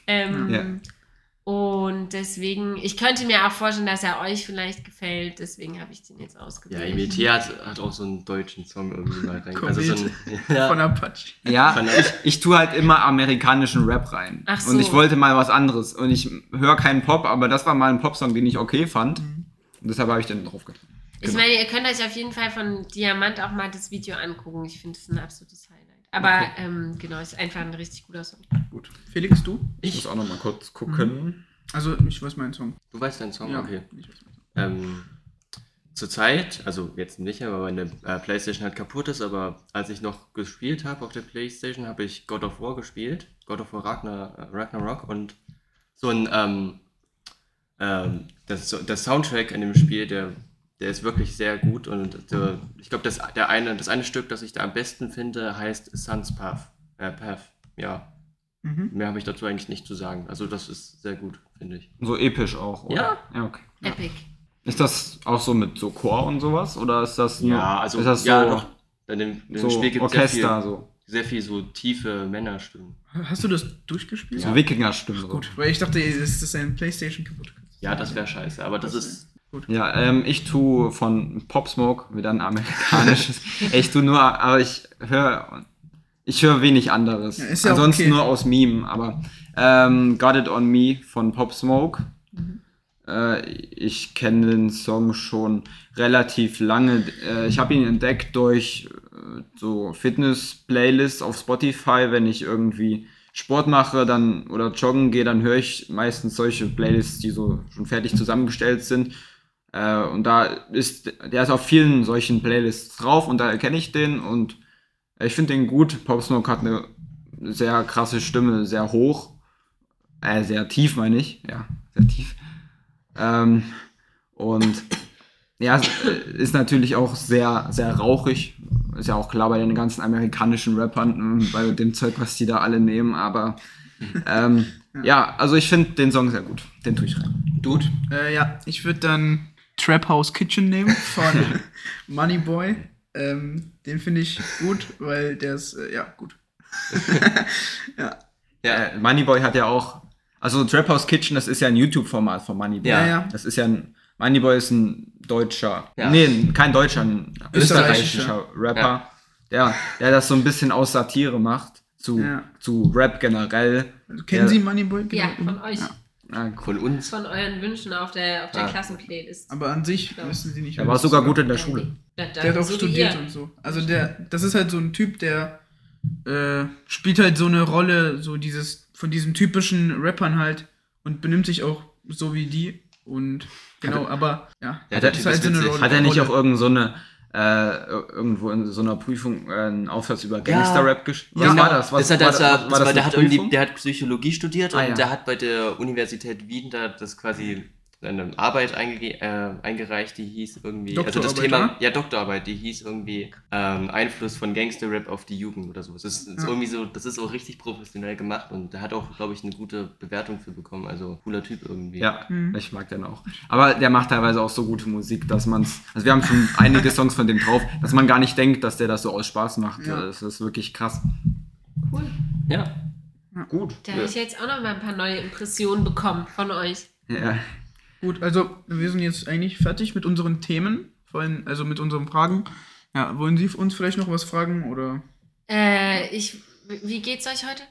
Und deswegen, ich könnte mir auch vorstellen, dass er euch vielleicht gefällt, deswegen habe ich den jetzt Ja, ausgewählt. IMT hat auch so einen deutschen Song irgendwie mal rein. Komet. Also so ein, Von Apache. Ja, ich tue halt immer amerikanischen Rap rein. Ach so. Und ich wollte mal was anderes. Und ich höre keinen Pop, aber das war mal ein Popsong, den ich okay fand. Und deshalb habe ich den drauf getan. Ich meine, ihr könnt euch auf jeden Fall von Diamant auch mal das Video angucken. Ich finde es ein absolutes Highlight. Aber genau, ist einfach ein richtig guter Song. Gut. Felix, du? Ich muss auch noch mal kurz gucken. Also, ich weiß meinen Song. Du weißt deinen Song? Ja, Okay. ich weiß meinen Song. Zurzeit, also jetzt nicht mehr, weil meine Playstation halt kaputt ist, aber als ich noch gespielt habe auf der Playstation, habe ich God of War gespielt. God of War Ragnarok und so ein das Soundtrack in dem Spiel, der ist wirklich sehr gut und ich glaube, das eine Stück, das ich da am besten finde, heißt Sun's Path. Ja. Mehr habe ich dazu eigentlich nicht zu sagen. Also das ist sehr gut, finde ich. So episch auch, oder? Ja. Ja, okay. Epic. Ist das auch so mit so Chor und sowas? Oder ist das nur, Ja, also ist das ja, so, doch. In dem so Spiel gibt es Orchester, so sehr viel so tiefe Männerstimmen. Hast du das durchgespielt? so Wikinger-Stimmen? Gut, weil ich dachte, das ist ein Playstation kaputt. Ja, das wäre scheiße, aber das ist... Ja, ich tue von Pop Smoke wieder ein amerikanisches. Ich tue nur, aber ich höre wenig anderes. Ja, ist ja Ansonsten okay. nur aus Meme, aber Got It On Me von Pop Smoke. Ich kenne den Song schon relativ lange. Ich habe ihn entdeckt durch so Fitness-Playlists auf Spotify, wenn ich irgendwie Sport mache dann oder joggen gehe, dann höre ich meistens solche Playlists, die so schon fertig zusammengestellt sind. Und der ist auf vielen solchen Playlists drauf und da erkenne ich den und ich finde den gut. Pop Smoke hat eine sehr krasse Stimme, sehr hoch, sehr tief meine ich, ja, sehr tief. Und ja, ist natürlich auch sehr, sehr rauchig. Ist ja auch klar bei den ganzen amerikanischen Rappern, bei dem Zeug, was die da alle nehmen, aber ja, also ich finde den Song sehr gut. Den tue ich rein. Gut. Ja, ich würde dann Trap House Kitchen nehmen von Moneyboy. Den finde ich gut, weil der ist, gut. Ja. Moneyboy hat ja auch, also Trap House Kitchen, das ist ja ein YouTube-Format von Moneyboy. Ja. Das ist ja Moneyboy ist ein Deutscher, Ja. nee, kein Deutscher, ein Österreichischer österreichischer Rapper, der das so ein bisschen aus Satire macht, zu Rap generell. Kennen Sie Moneyboy? Ja, Genau. von euch. Ja. Cool. Von uns. Von euren Wünschen auf der Klassenplaylist. Aber an sich Ja. wissen Sie nicht, Er wer war das sogar ist. gut in der Schule. Ja, Der hat auch so wie studiert ihr. und so. Also das ist halt so ein Typ, der spielt halt so eine Rolle, so von diesen typischen Rappern halt und benimmt sich auch so wie die und genau, aber ja, Ja, das der ist Typ halt ist so eine witzig. Rolle. Hat er nicht Rolle. auch irgendwo in so einer Prüfung einen Aufsatz über Gangster-Rap geschrieben? Ja. Was war das? Was, der eine hat Prüfung? der hat Psychologie studiert Ah, und ja. der hat bei der Universität Wien da das quasi seine Arbeit eingereicht, die hieß irgendwie, Doktorarbeit, das Thema, oder? ja, Doktorarbeit, die hieß irgendwie Einfluss von Gangster-Rap auf die Jugend oder so. Es ist irgendwie so, das ist auch richtig professionell gemacht und der hat auch, glaube ich, eine gute Bewertung für bekommen, also cooler Typ irgendwie. Ja, ich mag den auch. Aber der macht teilweise auch so gute Musik, dass man's, also wir haben schon einige Songs von dem drauf, dass man gar nicht denkt, dass der das so aus Spaß macht. Ja. Das ist wirklich krass. Cool. Ja. Gut. Da habe ich jetzt auch noch mal ein paar neue Impressionen bekommen von euch. Ja. Gut, also wir sind jetzt eigentlich fertig mit unseren Themen, vor allem, also mit unseren Fragen. Ja, wollen Sie uns vielleicht noch was fragen oder? Wie geht's euch heute?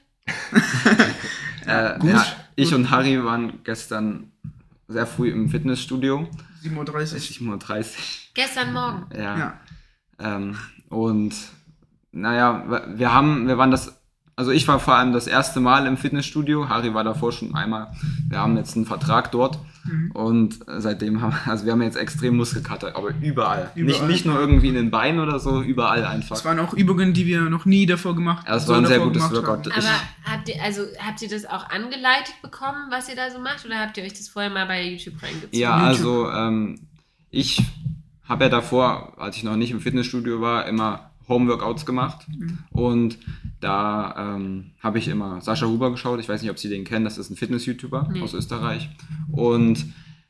Gut. Ja, ich und Harry waren gestern sehr früh im Fitnessstudio. 7:30 Uhr. 7:30 Uhr. Gestern Morgen. Ja. Ja. Und naja, also ich war vor allem das erste Mal im Fitnessstudio, Harry war davor schon einmal. Wir haben jetzt einen Vertrag dort und seitdem wir haben jetzt extrem Muskelkater, aber überall. Nicht nur irgendwie in den Beinen oder so, überall einfach. Das waren auch Übungen, die wir noch nie davor gemacht haben. Ja, es war ein sehr gutes Workout. Aber habt ihr das auch angeleitet bekommen, was ihr da so macht, oder habt ihr euch das vorher mal bei YouTube reingezogen? Ja, also ich habe ja davor, als ich noch nicht im Fitnessstudio war, immer Home-Workouts gemacht und da habe ich immer Sascha Huber geschaut. Ich weiß nicht, ob Sie den kennen, das ist ein Fitness-YouTuber aus Österreich. Und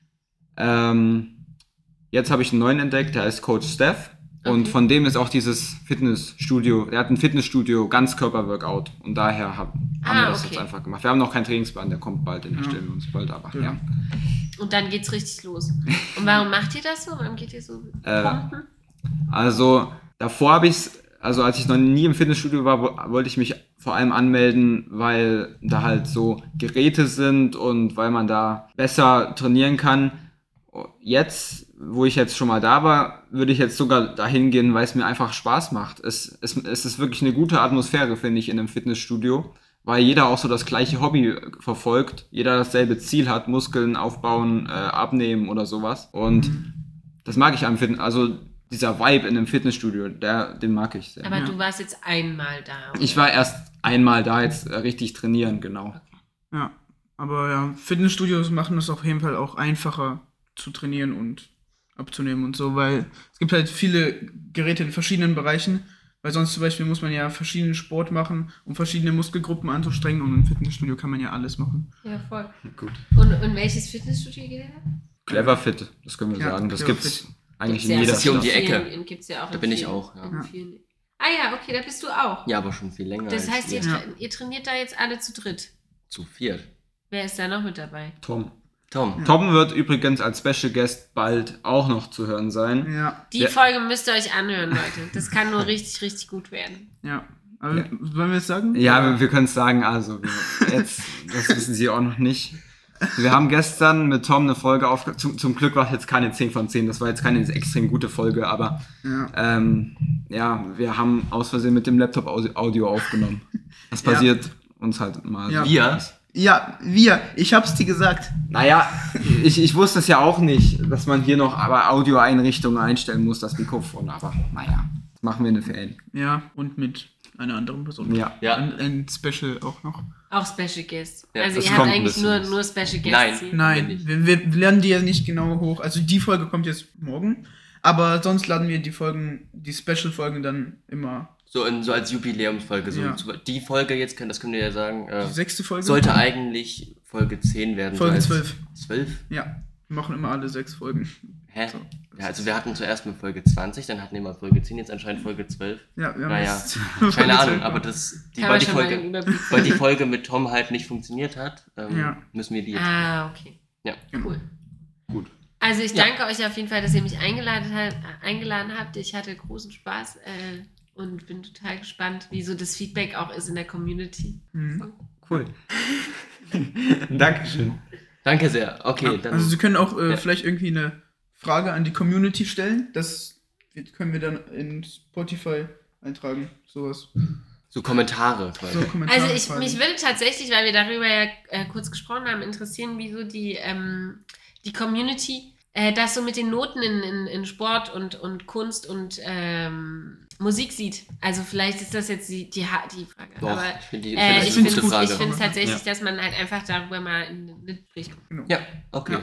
jetzt habe ich einen neuen entdeckt, der heißt Coach Steph. Und von dem ist auch dieses Fitnessstudio, er hat ein Fitnessstudio, Ganzkörper-Workout. Und daher haben wir das jetzt einfach gemacht. Wir haben noch keinen Trainingsplan, der kommt bald, den erstellen wir uns bald, aber ja. Und dann geht's richtig los. Und warum macht ihr das so? Warum geht ihr so pumpen? Also davor habe ich es, also als ich noch nie im Fitnessstudio war, wollte ich mich vor allem anmelden, weil da halt so Geräte sind und weil man da besser trainieren kann. Jetzt, wo ich jetzt schon mal da war, würde ich jetzt sogar dahin gehen, weil es mir einfach Spaß macht. Es ist wirklich eine gute Atmosphäre, finde ich, in einem Fitnessstudio, weil jeder auch so das gleiche Hobby verfolgt, jeder dasselbe Ziel hat, Muskeln aufbauen, abnehmen oder sowas. Und das mag ich am Fitness, also dieser Vibe in einem Fitnessstudio, den mag ich sehr. Aber du warst jetzt einmal da. Oder? Ich war erst einmal da, jetzt richtig trainieren, genau. Ja, aber ja, Fitnessstudios machen es auf jeden Fall auch einfacher zu trainieren und abzunehmen und so, weil es gibt halt viele Geräte in verschiedenen Bereichen, weil sonst zum Beispiel muss man ja verschiedenen Sport machen, um verschiedene Muskelgruppen anzustrengen und im Fitnessstudio kann man ja alles machen. Ja, voll. Gut. Und welches Fitnessstudio geht ihr da? Clever Fit, das können wir sagen. Das Clever gibt's Fit. eigentlich Gibt's in jeder Das ist hier um Stadt. die Ecke. Gibt's ja auch Da in bin ich vielen- auch, ja. in vielen. Ah ja, okay, da bist du auch. Ja, aber schon viel länger. Das als heißt, wir. ihr trainiert da jetzt alle zu dritt. Zu viert. Wer ist da noch mit dabei? Tom. Tom. Tom wird übrigens als Special Guest bald auch noch zu hören sein. Ja, Die Folge müsst ihr euch anhören, Leute. Das kann nur richtig, richtig gut werden. ja. Aber wollen wir es sagen? Ja, wir können es sagen, also jetzt, das wissen Sie auch noch nicht. Wir haben gestern mit Tom eine Folge aufgenommen. Zum Glück war es jetzt keine 10 von 10, das war jetzt keine extrem gute Folge, aber wir haben aus Versehen mit dem Laptop Audio aufgenommen. Das passiert uns halt mal. Ja. Wir? Ja, wir. Ich hab's dir gesagt. Naja, ich wusste es ja auch nicht, dass man hier noch aber Audioeinrichtungen einstellen muss, das Mikrofon, aber naja, das machen wir in den Ferien. Ja, und mit einer anderen Person. Ja. Ja. Ein Special auch noch. Auch Special Guests. Ja, also das ihr habt kommt ein eigentlich bisschen. nur Special Guests. Nein. hier. Nein, wir laden die ja nicht genau hoch. Also die Folge kommt jetzt morgen. Aber sonst laden wir die Special-Folgen dann immer. So als Jubiläumsfolge. So, Ja. so die Folge jetzt, das können wir ja sagen, Die 6. Folge. sollte eigentlich Folge 10 werden. Folge so als 12. 12? Ja, wir machen immer alle 6 Folgen. Hä? So. Ja, also wir hatten zuerst mal Folge 20, dann hatten wir mal Folge 10, jetzt anscheinend Folge 12. Ja, wir haben Naja, jetzt keine Folge Ahnung, 12. aber Kann man weil die schon mal einen Folge, Überblick weil die Folge mit Tom halt nicht funktioniert hat, Ja. müssen wir die jetzt. Ah, okay. Ja. Cool. Gut. Also ich danke euch auf jeden Fall, dass ihr mich eingeladen habt. Ich hatte großen Spaß und bin total gespannt, wie so das Feedback auch ist in der Community. Cool. Dankeschön. Danke sehr. Okay, dann. Also Sie können auch vielleicht irgendwie eine Frage an die Community stellen. Das können wir dann in Spotify eintragen. Sowas. so Kommentare quasi. So Kommentare Also quasi. mich würde tatsächlich, weil wir darüber ja kurz gesprochen haben, interessieren, wieso die Community das so mit den Noten in Sport und Kunst und Musik sieht. Also vielleicht ist das jetzt die Frage. Doch, Aber ich finde ich das eine gute finde Frage. es tatsächlich, dass man halt einfach darüber mal in den Gespräch kommt. Ja, okay. Ja.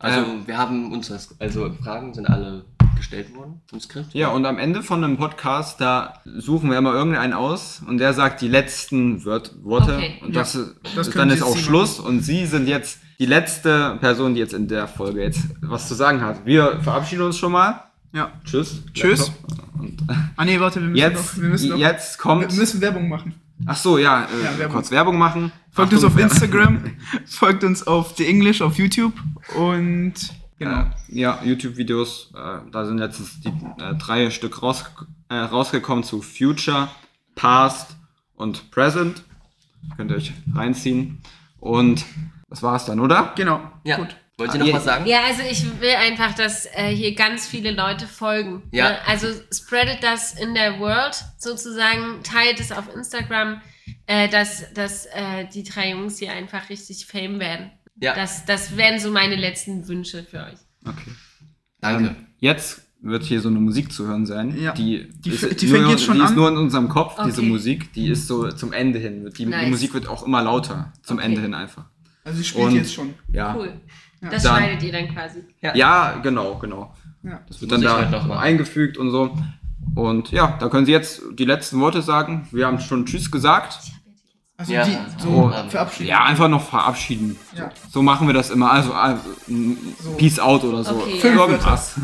Also wir haben uns Fragen sind alle gestellt worden im Skript. Ja, und am Ende von einem Podcast, da suchen wir immer irgendeinen aus und der sagt die letzten Worte. Okay. Und Ja, das das dann können ist Sie auch jetzt Schluss und Sie sind jetzt die letzte Person, die jetzt in der Folge jetzt was zu sagen hat. Wir verabschieden uns schon mal. Ja. Tschüss. Tschüss. Und Ah nee, warte, jetzt kommt... wir müssen Werbung machen. Ach so, ja, Werbung. kurz Werbung machen. Folgt uns auf Instagram, folgt uns auf The English auf YouTube und genau. Ja, YouTube-Videos, da sind letztens die 3 Stück rausgekommen zu Future, Past und Present. Könnt ihr euch reinziehen. Und das war's dann, oder? Genau. Ja. Gut. Wollt ihr noch was sagen? Ja, also ich will einfach, dass hier ganz viele Leute folgen. Ja. Ne? Also spreadet das in der World sozusagen, teilt es auf Instagram, dass die 3 Jungs hier einfach richtig Fame werden. Ja. Das wären so meine letzten Wünsche für euch. Okay. Danke. Jetzt wird hier so eine Musik zu hören sein. Ja. Die fängt jetzt schon die ist an. nur in unserem Kopf, diese Okay. Musik. Die ist so zum Ende hin. Die Nice. Musik wird auch immer lauter zum Okay. Ende hin einfach. Also ich spiele Und- jetzt schon. Ja. Cool. Das Dann- schneidet ihr dann quasi. Ja, genau. Ja. Das wird Muss dann ich da halt noch machen. eingefügt und so. Und ja, da können Sie jetzt die letzten Worte sagen. Wir haben schon Tschüss gesagt. Also Ja. die so Oh. verabschieden. Ja, einfach noch verabschieden. Ja. So machen wir das immer. Also Peace out oder so. Okay, ja. Irgendwas.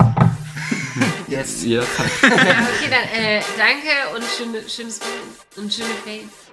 Yes. Ja. Ja, okay, dann danke und schöne Ferien.